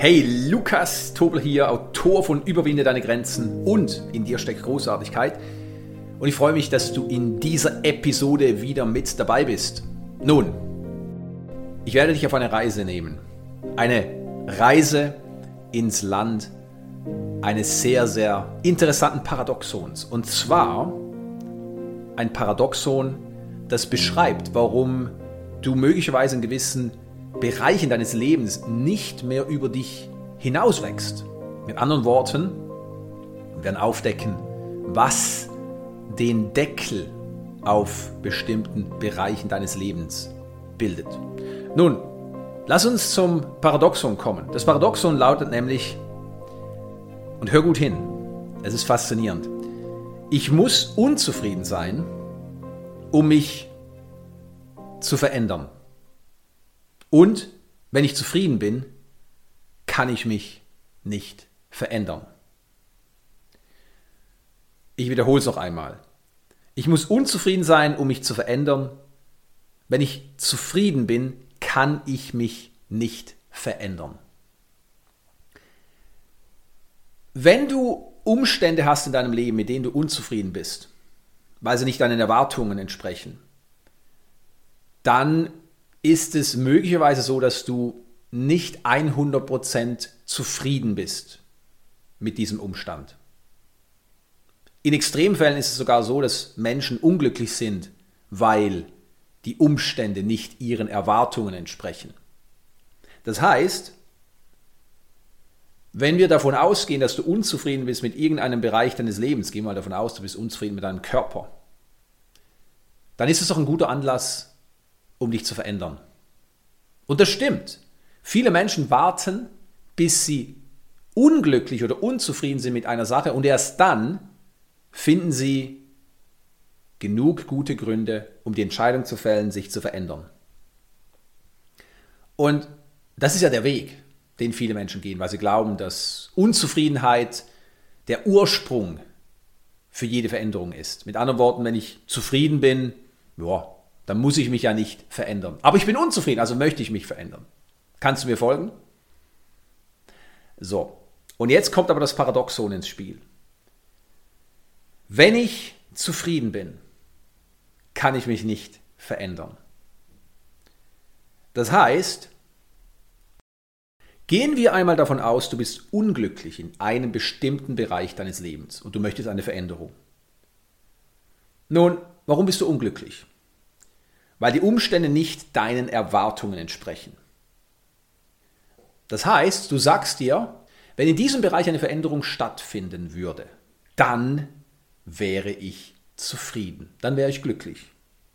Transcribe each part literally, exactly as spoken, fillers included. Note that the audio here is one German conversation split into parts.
Hey, Lukas Tobel hier, Autor von Überwinde deine Grenzen und in dir steckt Großartigkeit. Und ich freue mich, dass du in dieser Episode wieder mit dabei bist. Nun, ich werde dich auf eine Reise nehmen. Eine Reise ins Land eines sehr, sehr interessanten Paradoxons. Und zwar ein Paradoxon, das beschreibt, warum du möglicherweise in gewissen Bereichen deines Lebens nicht mehr über dich hinauswächst. Mit anderen Worten, wir werden aufdecken, was den Deckel auf bestimmten Bereichen deines Lebens bildet. Nun, lass uns zum Paradoxon kommen. Das Paradoxon lautet nämlich, und hör gut hin, es ist faszinierend, ich muss unzufrieden sein, um mich zu verändern. Und wenn ich zufrieden bin, kann ich mich nicht verändern. Ich wiederhole es noch einmal. Ich muss unzufrieden sein, um mich zu verändern. Wenn ich zufrieden bin, kann ich mich nicht verändern. Wenn du Umstände hast in deinem Leben, mit denen du unzufrieden bist, weil sie nicht deinen Erwartungen entsprechen, dann ist es möglicherweise so, dass du nicht hundert Prozent zufrieden bist mit diesem Umstand. In Extremfällen ist es sogar so, dass Menschen unglücklich sind, weil die Umstände nicht ihren Erwartungen entsprechen. Das heißt, wenn wir davon ausgehen, dass du unzufrieden bist mit irgendeinem Bereich deines Lebens, geh mal davon aus, du bist unzufrieden mit deinem Körper, dann ist es doch ein guter Anlass, um dich zu verändern. Und das stimmt. Viele Menschen warten, bis sie unglücklich oder unzufrieden sind mit einer Sache und erst dann finden sie genug gute Gründe, um die Entscheidung zu fällen, sich zu verändern. Und das ist ja der Weg, den viele Menschen gehen, weil sie glauben, dass Unzufriedenheit der Ursprung für jede Veränderung ist. Mit anderen Worten, wenn ich zufrieden bin, ja, dann muss ich mich ja nicht verändern. Aber ich bin unzufrieden, also möchte ich mich verändern. Kannst du mir folgen? So, und jetzt kommt aber das Paradoxon ins Spiel. Wenn ich zufrieden bin, kann ich mich nicht verändern. Das heißt, gehen wir einmal davon aus, du bist unglücklich in einem bestimmten Bereich deines Lebens und du möchtest eine Veränderung. Nun, warum bist du unglücklich? Weil die Umstände nicht deinen Erwartungen entsprechen. Das heißt, du sagst dir, wenn in diesem Bereich eine Veränderung stattfinden würde, dann wäre ich zufrieden, dann wäre ich glücklich.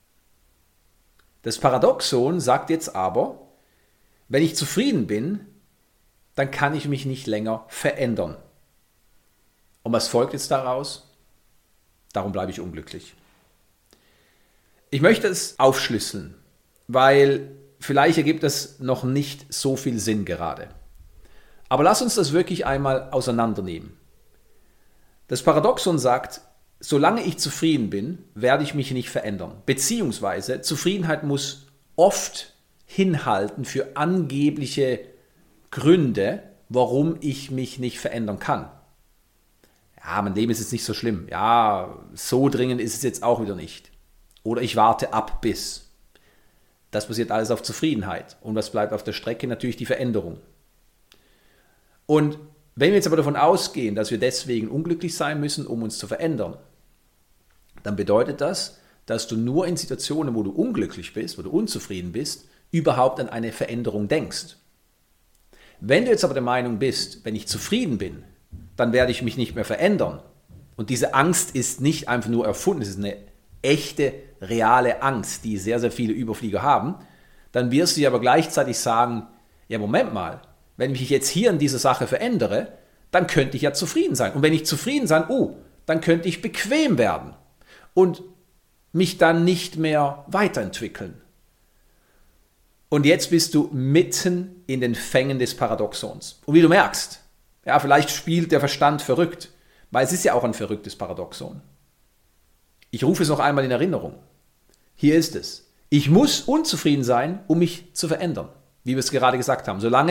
Das Paradoxon sagt jetzt aber, wenn ich zufrieden bin, dann kann ich mich nicht länger verändern. Und was folgt jetzt daraus? Darum bleibe ich unglücklich. Ich möchte es aufschlüsseln, weil vielleicht ergibt es noch nicht so viel Sinn gerade. Aber lass uns das wirklich einmal auseinandernehmen. Das Paradoxon sagt, solange ich zufrieden bin, werde ich mich nicht verändern. Beziehungsweise Zufriedenheit muss oft hinhalten für angebliche Gründe, warum ich mich nicht verändern kann. Ja, mein Leben ist jetzt nicht so schlimm. Ja, so dringend ist es jetzt auch wieder nicht. Oder ich warte ab bis. Das basiert alles auf Zufriedenheit. Und was bleibt auf der Strecke? Natürlich die Veränderung. Und wenn wir jetzt aber davon ausgehen, dass wir deswegen unglücklich sein müssen, um uns zu verändern, dann bedeutet das, dass du nur in Situationen, wo du unglücklich bist, wo du unzufrieden bist, überhaupt an eine Veränderung denkst. Wenn du jetzt aber der Meinung bist, wenn ich zufrieden bin, dann werde ich mich nicht mehr verändern. Und diese Angst ist nicht einfach nur erfunden, es ist eine echte, reale Angst, die sehr, sehr viele Überflieger haben, dann wirst du aber gleichzeitig sagen, ja Moment mal, wenn ich mich jetzt hier in dieser Sache verändere, dann könnte ich ja zufrieden sein. Und wenn ich zufrieden sein, oh, dann könnte ich bequem werden und mich dann nicht mehr weiterentwickeln. Und jetzt bist du mitten in den Fängen des Paradoxons. Und wie du merkst, ja, vielleicht spielt der Verstand verrückt, weil es ist ja auch ein verrücktes Paradoxon. Ich rufe es noch einmal in Erinnerung. Hier ist es. Ich muss unzufrieden sein, um mich zu verändern. Wie wir es gerade gesagt haben. Solange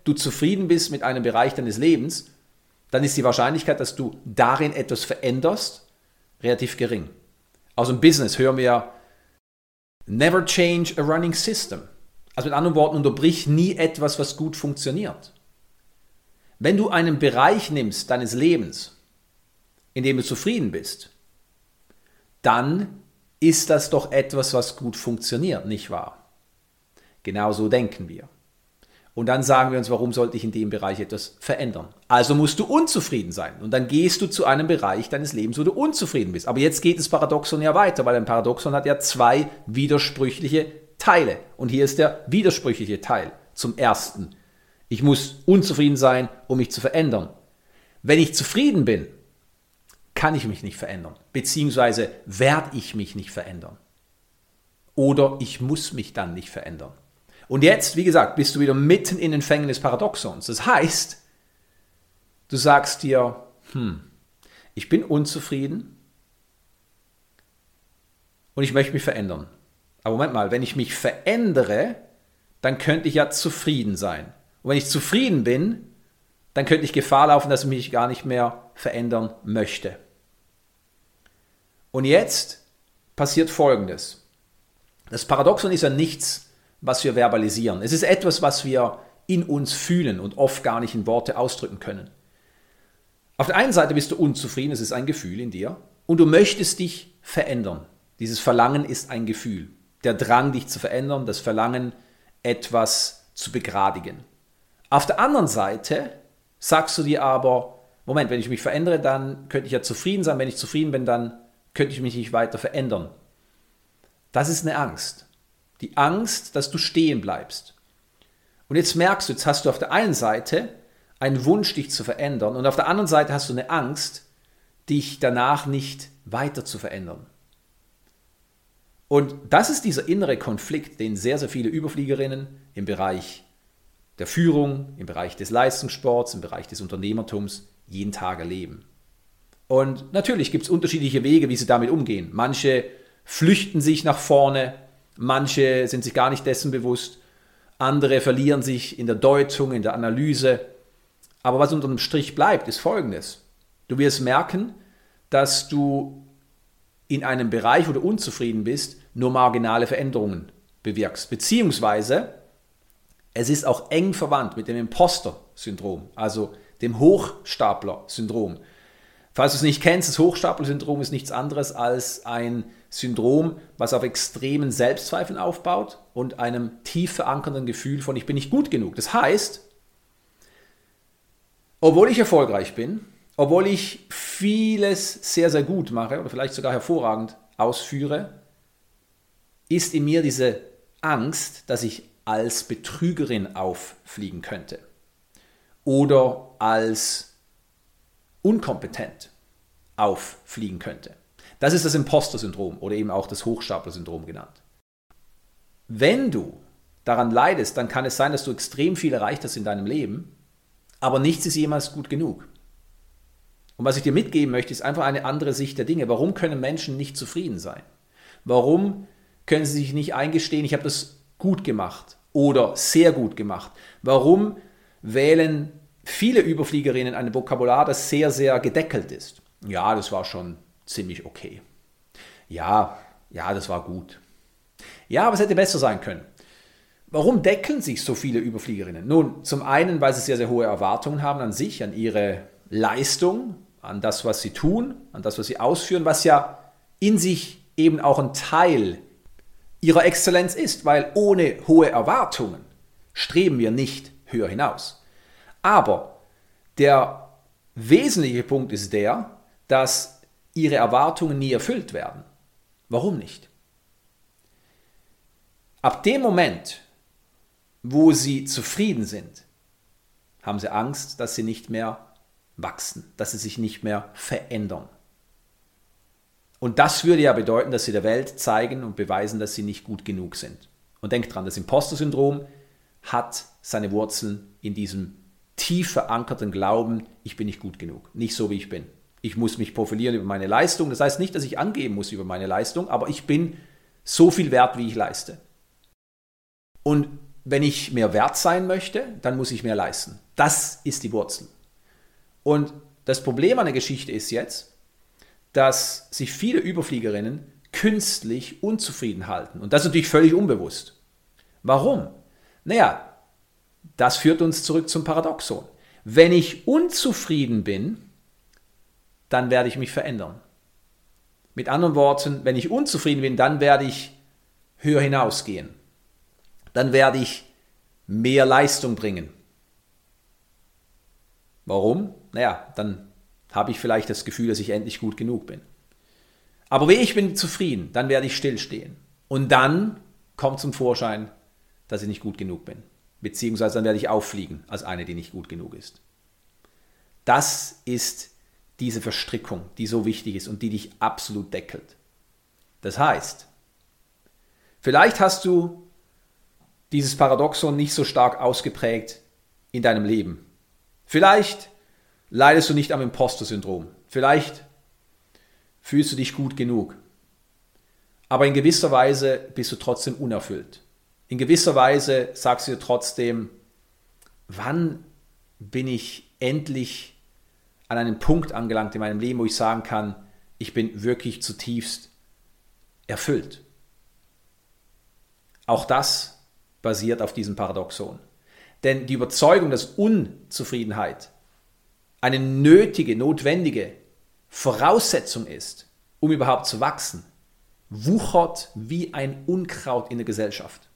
du zufrieden bist mit einem Bereich deines Lebens, dann ist die Wahrscheinlichkeit, dass du darin etwas veränderst, relativ gering. Aus dem Business hören wir never change a running system. Also mit anderen Worten, unterbrich nie etwas, was gut funktioniert. Wenn du einen Bereich nimmst deines Lebens, in dem du zufrieden bist, dann ist das doch etwas, was gut funktioniert, nicht wahr? Genau so denken wir. Und dann sagen wir uns, warum sollte ich in dem Bereich etwas verändern? Also musst du unzufrieden sein. Und dann gehst du zu einem Bereich deines Lebens, wo du unzufrieden bist. Aber jetzt geht das Paradoxon ja weiter, weil ein Paradoxon hat ja zwei widersprüchliche Teile. Und hier ist der widersprüchliche Teil. Zum ersten, ich muss unzufrieden sein, um mich zu verändern. Wenn ich zufrieden bin, kann ich mich nicht verändern. Beziehungsweise werde ich mich nicht verändern. Oder ich muss mich dann nicht verändern. Und jetzt, wie gesagt, bist du wieder mitten in den Fängen des Paradoxons. Das heißt, du sagst dir, hm, ich bin unzufrieden und ich möchte mich verändern. Aber Moment mal, wenn ich mich verändere, dann könnte ich ja zufrieden sein. Und wenn ich zufrieden bin, dann könnte ich Gefahr laufen, dass ich mich gar nicht mehr verändern möchte. Und jetzt passiert Folgendes. Das Paradoxon ist ja nichts, was wir verbalisieren. Es ist etwas, was wir in uns fühlen und oft gar nicht in Worte ausdrücken können. Auf der einen Seite bist du unzufrieden, es ist ein Gefühl in dir, und du möchtest dich verändern. Dieses Verlangen ist ein Gefühl. Der Drang, dich zu verändern, das Verlangen, etwas zu begradigen. Auf der anderen Seite sagst du dir aber, Moment, wenn ich mich verändere, dann könnte ich ja zufrieden sein. Wenn ich zufrieden bin, dann könnte ich mich nicht weiter verändern. Das ist eine Angst. Die Angst, dass du stehen bleibst. Und jetzt merkst du, jetzt hast du auf der einen Seite einen Wunsch, dich zu verändern, und auf der anderen Seite hast du eine Angst, dich danach nicht weiter zu verändern. Und das ist dieser innere Konflikt, den sehr, sehr viele Überfliegerinnen im Bereich der Führung, im Bereich des Leistungssports, im Bereich des Unternehmertums jeden Tag erleben. Und natürlich gibt es unterschiedliche Wege, wie sie damit umgehen. Manche flüchten sich nach vorne, manche sind sich gar nicht dessen bewusst, andere verlieren sich in der Deutung, in der Analyse. Aber was unter dem Strich bleibt, ist Folgendes. Du wirst merken, dass du in einem Bereich, wo du unzufrieden bist, nur marginale Veränderungen bewirkst. Beziehungsweise es ist auch eng verwandt mit dem Imposter-Syndrom, also dem Hochstapler-Syndrom. Falls du es nicht kennst, das Hochstapler-Syndrom ist nichts anderes als ein Syndrom, was auf extremen Selbstzweifeln aufbaut und einem tief verankernden Gefühl von ich bin nicht gut genug. Das heißt, obwohl ich erfolgreich bin, obwohl ich vieles sehr, sehr gut mache oder vielleicht sogar hervorragend ausführe, ist in mir diese Angst, dass ich als Betrügerin auffliegen könnte oder als unkompetent auffliegen könnte. Das ist das Imposter-Syndrom oder eben auch das Hochstapler-Syndrom genannt. Wenn du daran leidest, dann kann es sein, dass du extrem viel erreicht hast in deinem Leben, aber nichts ist jemals gut genug. Und was ich dir mitgeben möchte, ist einfach eine andere Sicht der Dinge. Warum können Menschen nicht zufrieden sein? Warum können sie sich nicht eingestehen, ich habe das gut gemacht oder sehr gut gemacht? Warum wählen viele Überfliegerinnen ein Vokabular, das sehr, sehr gedeckelt ist? Ja, das war schon ziemlich okay. Ja, ja, das war gut. Ja, aber es hätte besser sein können. Warum deckeln sich so viele Überfliegerinnen? Nun, zum einen, weil sie sehr, sehr hohe Erwartungen haben an sich, an ihre Leistung, an das, was sie tun, an das, was sie ausführen, was ja in sich eben auch ein Teil ihrer Exzellenz ist, weil ohne hohe Erwartungen streben wir nicht höher hinaus. Aber der wesentliche Punkt ist der, dass ihre Erwartungen nie erfüllt werden. Warum nicht? Ab dem Moment, wo sie zufrieden sind, haben sie Angst, dass sie nicht mehr wachsen, dass sie sich nicht mehr verändern. Und das würde ja bedeuten, dass sie der Welt zeigen und beweisen, dass sie nicht gut genug sind. Und denkt dran, das Imposter-Syndrom hat seine Wurzeln in diesem tief verankerten Glauben, ich bin nicht gut genug, nicht so wie ich bin. Ich muss mich profilieren über meine Leistung. Das heißt nicht, dass ich angeben muss über meine Leistung, aber ich bin so viel wert, wie ich leiste. Und wenn ich mehr wert sein möchte, dann muss ich mehr leisten. Das ist die Wurzel. Und das Problem an der Geschichte ist jetzt, dass sich viele Überfliegerinnen künstlich unzufrieden halten. Und das ist natürlich völlig unbewusst. Warum? Naja, das führt uns zurück zum Paradoxon. Wenn ich unzufrieden bin, dann werde ich mich verändern. Mit anderen Worten, wenn ich unzufrieden bin, dann werde ich höher hinausgehen. Dann werde ich mehr Leistung bringen. Warum? Naja, dann habe ich vielleicht das Gefühl, dass ich endlich gut genug bin. Aber wehe, ich bin zufrieden, dann werde ich stillstehen. Und dann kommt zum Vorschein, dass ich nicht gut genug bin. Beziehungsweise dann werde ich auffliegen als eine, die nicht gut genug ist. Das ist diese Verstrickung, die so wichtig ist und die dich absolut deckelt. Das heißt, vielleicht hast du dieses Paradoxon nicht so stark ausgeprägt in deinem Leben. Vielleicht leidest du nicht am Imposter-Syndrom. Vielleicht fühlst du dich gut genug. Aber in gewisser Weise bist du trotzdem unerfüllt. In gewisser Weise sagst du dir trotzdem, wann bin ich endlich an einem Punkt angelangt in meinem Leben, wo ich sagen kann, ich bin wirklich zutiefst erfüllt. Auch das basiert auf diesem Paradoxon. Denn die Überzeugung, dass Unzufriedenheit eine nötige, notwendige Voraussetzung ist, um überhaupt zu wachsen, wuchert wie ein Unkraut in der Gesellschaft.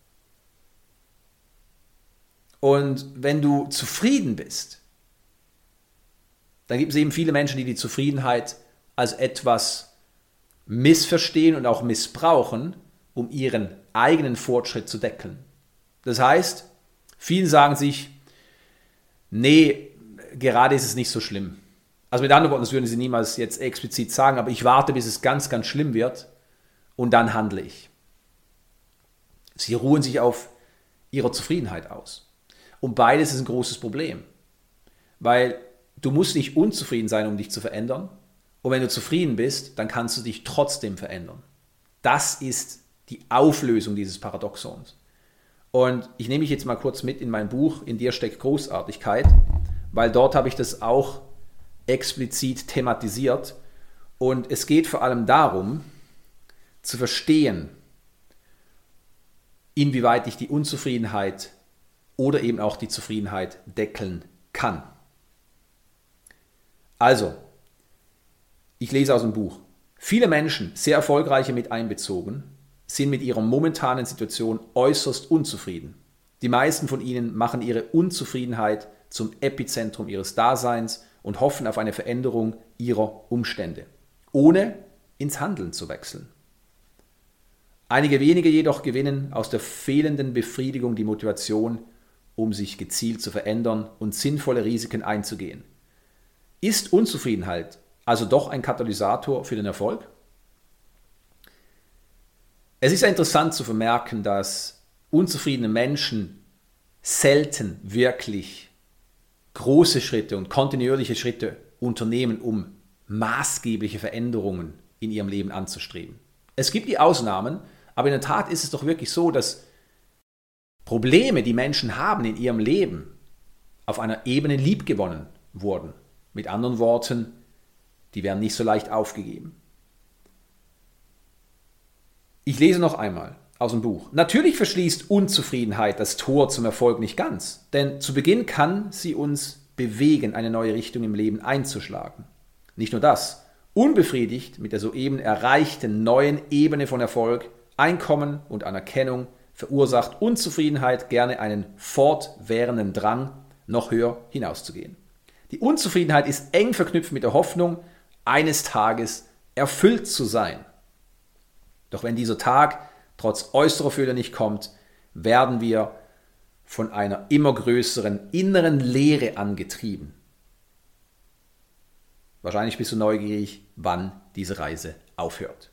Und wenn du zufrieden bist, dann gibt es eben viele Menschen, die die Zufriedenheit als etwas missverstehen und auch missbrauchen, um ihren eigenen Fortschritt zu deckeln. Das heißt, viele sagen sich, nee, gerade ist es nicht so schlimm. Also mit anderen Worten, das würden sie niemals jetzt explizit sagen, aber ich warte, bis es ganz, ganz schlimm wird und dann handle ich. Sie ruhen sich auf ihrer Zufriedenheit aus. Und beides ist ein großes Problem, weil du musst nicht unzufrieden sein, um dich zu verändern. Und wenn du zufrieden bist, dann kannst du dich trotzdem verändern. Das ist die Auflösung dieses Paradoxons. Und ich nehme mich jetzt mal kurz mit in mein Buch In dir steckt Großartigkeit, weil dort habe ich das auch explizit thematisiert. Und es geht vor allem darum, zu verstehen, inwieweit ich die Unzufriedenheit oder eben auch die Zufriedenheit deckeln kann. Also, ich lese aus dem Buch. Viele Menschen, sehr erfolgreiche mit einbezogen, sind mit ihrer momentanen Situation äußerst unzufrieden. Die meisten von ihnen machen ihre Unzufriedenheit zum Epizentrum ihres Daseins und hoffen auf eine Veränderung ihrer Umstände, ohne ins Handeln zu wechseln. Einige wenige jedoch gewinnen aus der fehlenden Befriedigung die Motivation, um sich gezielt zu verändern und sinnvolle Risiken einzugehen. Ist Unzufriedenheit also doch ein Katalysator für den Erfolg? Es ist ja interessant zu vermerken, dass unzufriedene Menschen selten wirklich große Schritte und kontinuierliche Schritte unternehmen, um maßgebliche Veränderungen in ihrem Leben anzustreben. Es gibt die Ausnahmen, aber in der Tat ist es doch wirklich so, dass Probleme, die Menschen haben in ihrem Leben, auf einer Ebene liebgewonnen wurden. Mit anderen Worten, die werden nicht so leicht aufgegeben. Ich lese noch einmal aus dem Buch. Natürlich verschließt Unzufriedenheit das Tor zum Erfolg nicht ganz, denn zu Beginn kann sie uns bewegen, eine neue Richtung im Leben einzuschlagen. Nicht nur das, unbefriedigt mit der soeben erreichten neuen Ebene von Erfolg, Einkommen und Anerkennung verursacht Unzufriedenheit gerne einen fortwährenden Drang, noch höher hinauszugehen. Die Unzufriedenheit ist eng verknüpft mit der Hoffnung, eines Tages erfüllt zu sein. Doch wenn dieser Tag trotz äußerer Fehler nicht kommt, werden wir von einer immer größeren inneren Leere angetrieben. Wahrscheinlich bist du neugierig, wann diese Reise aufhört.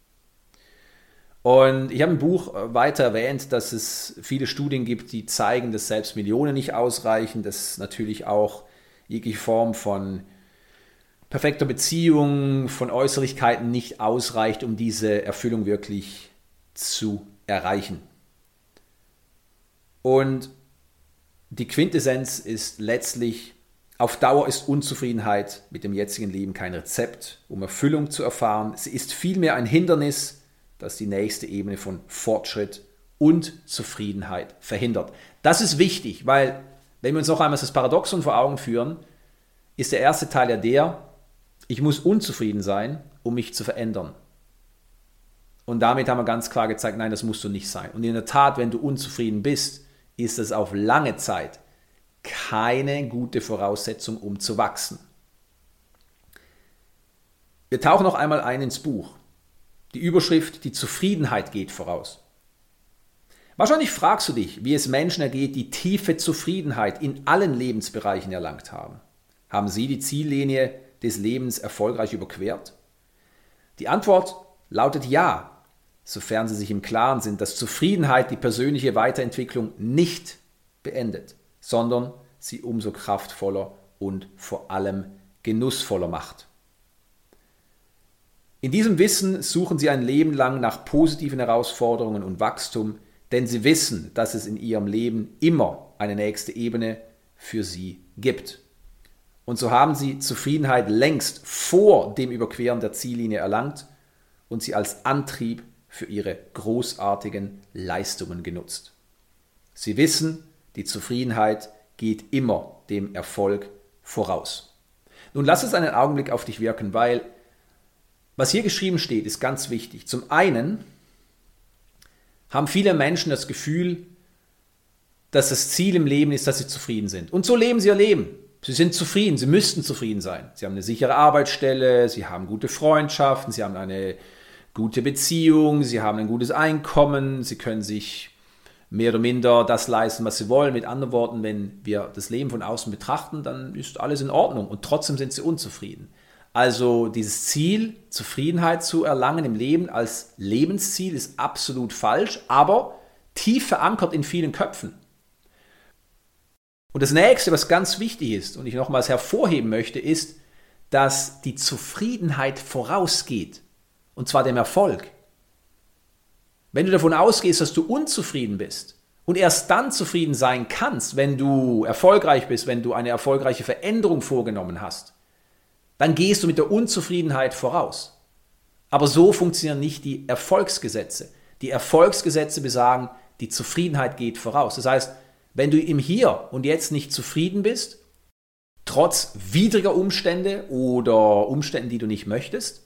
Und ich habe im Buch weiter erwähnt, dass es viele Studien gibt, die zeigen, dass selbst Millionen nicht ausreichen, dass natürlich auch jegliche Form von perfekter Beziehung, von Äußerlichkeiten nicht ausreicht, um diese Erfüllung wirklich zu erreichen. Und die Quintessenz ist letztlich, auf Dauer ist Unzufriedenheit mit dem jetzigen Leben kein Rezept, um Erfüllung zu erfahren. Sie ist vielmehr ein Hindernis, das die nächste Ebene von Fortschritt und Zufriedenheit verhindert. Das ist wichtig, weil, wenn wir uns noch einmal das Paradoxon vor Augen führen, ist der erste Teil ja der, ich muss unzufrieden sein, um mich zu verändern. Und damit haben wir ganz klar gezeigt, nein, das musst du nicht sein. Und in der Tat, wenn du unzufrieden bist, ist es auf lange Zeit keine gute Voraussetzung, um zu wachsen. Wir tauchen noch einmal ein ins Buch. Die Überschrift, die Zufriedenheit geht voraus. Wahrscheinlich fragst du dich, wie es Menschen ergeht, die tiefe Zufriedenheit in allen Lebensbereichen erlangt haben. Haben sie die Ziellinie des Lebens erfolgreich überquert? Die Antwort lautet ja, sofern sie sich im Klaren sind, dass Zufriedenheit die persönliche Weiterentwicklung nicht beendet, sondern sie umso kraftvoller und vor allem genussvoller macht. In diesem Wissen suchen sie ein Leben lang nach positiven Herausforderungen und Wachstum, denn sie wissen, dass es in ihrem Leben immer eine nächste Ebene für sie gibt. Und so haben sie Zufriedenheit längst vor dem Überqueren der Ziellinie erlangt und sie als Antrieb für ihre großartigen Leistungen genutzt. Sie wissen, die Zufriedenheit geht immer dem Erfolg voraus. Nun lass es einen Augenblick auf dich wirken, weil was hier geschrieben steht, ist ganz wichtig. Zum einen haben viele Menschen das Gefühl, dass das Ziel im Leben ist, dass sie zufrieden sind. Und so leben sie ihr Leben. Sie sind zufrieden, sie müssten zufrieden sein. Sie haben eine sichere Arbeitsstelle, sie haben gute Freundschaften, sie haben eine gute Beziehung, sie haben ein gutes Einkommen, sie können sich mehr oder minder das leisten, was sie wollen. Mit anderen Worten, wenn wir das Leben von außen betrachten, dann ist alles in Ordnung und trotzdem sind sie unzufrieden. Also dieses Ziel, Zufriedenheit zu erlangen im Leben als Lebensziel ist absolut falsch, aber tief verankert in vielen Köpfen. Und das Nächste, was ganz wichtig ist und ich nochmals hervorheben möchte, ist, dass die Zufriedenheit vorausgeht, und zwar dem Erfolg. Wenn du davon ausgehst, dass du unzufrieden bist und erst dann zufrieden sein kannst, wenn du erfolgreich bist, wenn du eine erfolgreiche Veränderung vorgenommen hast, dann gehst du mit der Unzufriedenheit voraus. Aber so funktionieren nicht die Erfolgsgesetze. Die Erfolgsgesetze besagen, die Zufriedenheit geht voraus. Das heißt, wenn du im Hier und Jetzt nicht zufrieden bist, trotz widriger Umstände oder Umständen, die du nicht möchtest,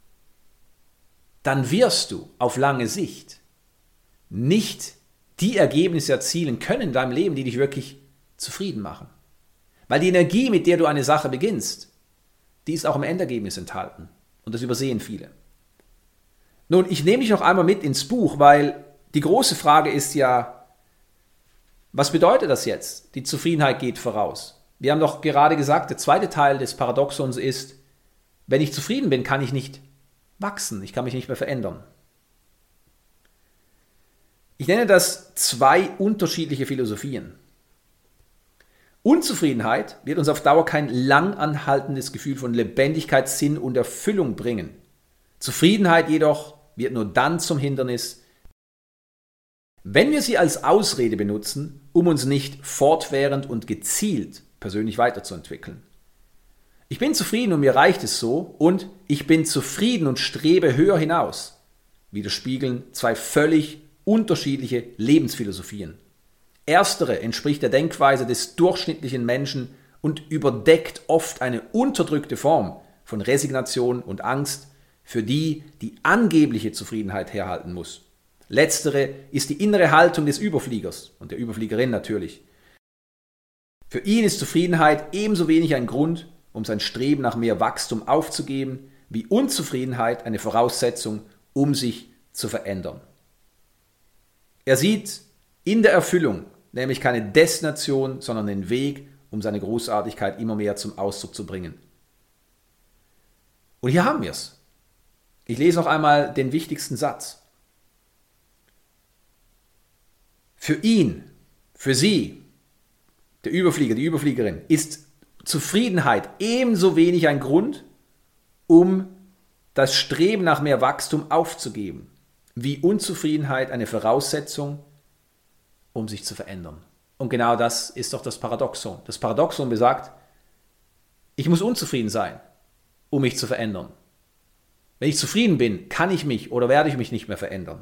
dann wirst du auf lange Sicht nicht die Ergebnisse erzielen können in deinem Leben, die dich wirklich zufrieden machen. Weil die Energie, mit der du eine Sache beginnst, die ist auch im Endergebnis enthalten. Und das übersehen viele. Nun, ich nehme dich noch einmal mit ins Buch, weil die große Frage ist ja, was bedeutet das jetzt? Die Zufriedenheit geht voraus. Wir haben doch gerade gesagt, der zweite Teil des Paradoxons ist, wenn ich zufrieden bin, kann ich nicht wachsen, ich kann mich nicht mehr verändern. Ich nenne das zwei unterschiedliche Philosophien. Unzufriedenheit wird uns auf Dauer kein langanhaltendes Gefühl von Lebendigkeit, Sinn und Erfüllung bringen. Zufriedenheit jedoch wird nur dann zum Hindernis, wenn wir sie als Ausrede benutzen, um uns nicht fortwährend und gezielt persönlich weiterzuentwickeln. Ich bin zufrieden und mir reicht es so und ich bin zufrieden und strebe höher hinaus, widerspiegeln zwei völlig unterschiedliche Lebensphilosophien. Erstere entspricht der Denkweise des durchschnittlichen Menschen und überdeckt oft eine unterdrückte Form von Resignation und Angst, für die die angebliche Zufriedenheit herhalten muss. Letztere ist die innere Haltung des Überfliegers und der Überfliegerin natürlich. Für ihn ist Zufriedenheit ebenso wenig ein Grund, um sein Streben nach mehr Wachstum aufzugeben, wie Unzufriedenheit eine Voraussetzung, um sich zu verändern. Er sieht in der Erfüllung nämlich keine Destination, sondern den Weg, um seine Großartigkeit immer mehr zum Ausdruck zu bringen. Und hier haben wir es. Ich lese noch einmal den wichtigsten Satz. Für ihn, für sie, der Überflieger, die Überfliegerin, ist Zufriedenheit ebenso wenig ein Grund, um das Streben nach mehr Wachstum aufzugeben, wie Unzufriedenheit eine Voraussetzung, um sich zu verändern. Und genau das ist doch das Paradoxon. Das Paradoxon besagt, ich muss unzufrieden sein, um mich zu verändern. Wenn ich zufrieden bin, kann ich mich oder werde ich mich nicht mehr verändern.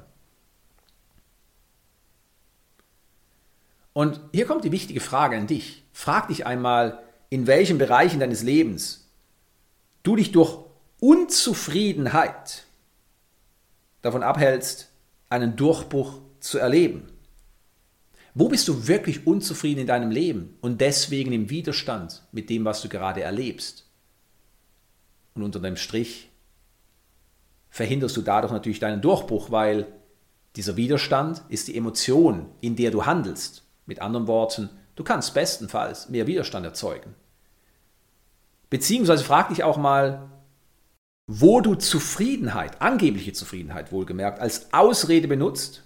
Und hier kommt die wichtige Frage an dich. Frag dich einmal, in welchen Bereichen deines Lebens du dich durch Unzufriedenheit davon abhältst, einen Durchbruch zu erleben. Wo bist du wirklich unzufrieden in deinem Leben und deswegen im Widerstand mit dem, was du gerade erlebst? Und unter dem Strich verhinderst du dadurch natürlich deinen Durchbruch, weil dieser Widerstand ist die Emotion, in der du handelst. Mit anderen Worten, du kannst bestenfalls mehr Widerstand erzeugen. Beziehungsweise frag dich auch mal, wo du Zufriedenheit, angebliche Zufriedenheit wohlgemerkt, als Ausrede benutzt,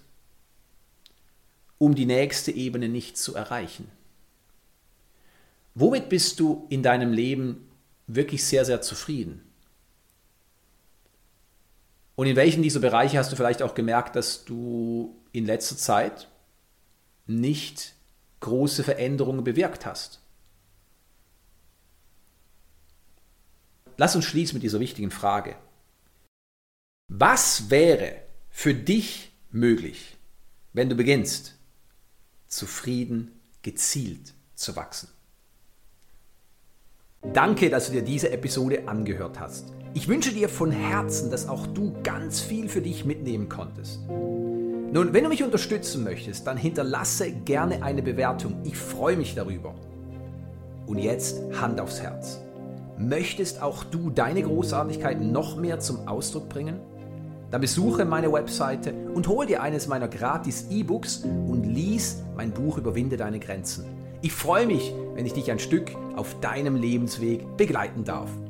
um die nächste Ebene nicht zu erreichen. Womit bist du in deinem Leben wirklich sehr, sehr zufrieden? Und in welchen dieser Bereiche hast du vielleicht auch gemerkt, dass du in letzter Zeit nicht große Veränderungen bewirkt hast? Lass uns schließen mit dieser wichtigen Frage. Was wäre für dich möglich, wenn du beginnst, zufrieden, gezielt zu wachsen? Danke, dass du dir diese Episode angehört hast. Ich wünsche dir von Herzen, dass auch du ganz viel für dich mitnehmen konntest. Nun, wenn du mich unterstützen möchtest, dann hinterlasse gerne eine Bewertung. Ich freue mich darüber. Und jetzt Hand aufs Herz. Möchtest auch du deine Großartigkeit noch mehr zum Ausdruck bringen? Dann besuche meine Webseite und hol dir eines meiner gratis E-Books und lies mein Buch Überwinde deine Grenzen. Ich freue mich, wenn ich dich ein Stück auf deinem Lebensweg begleiten darf.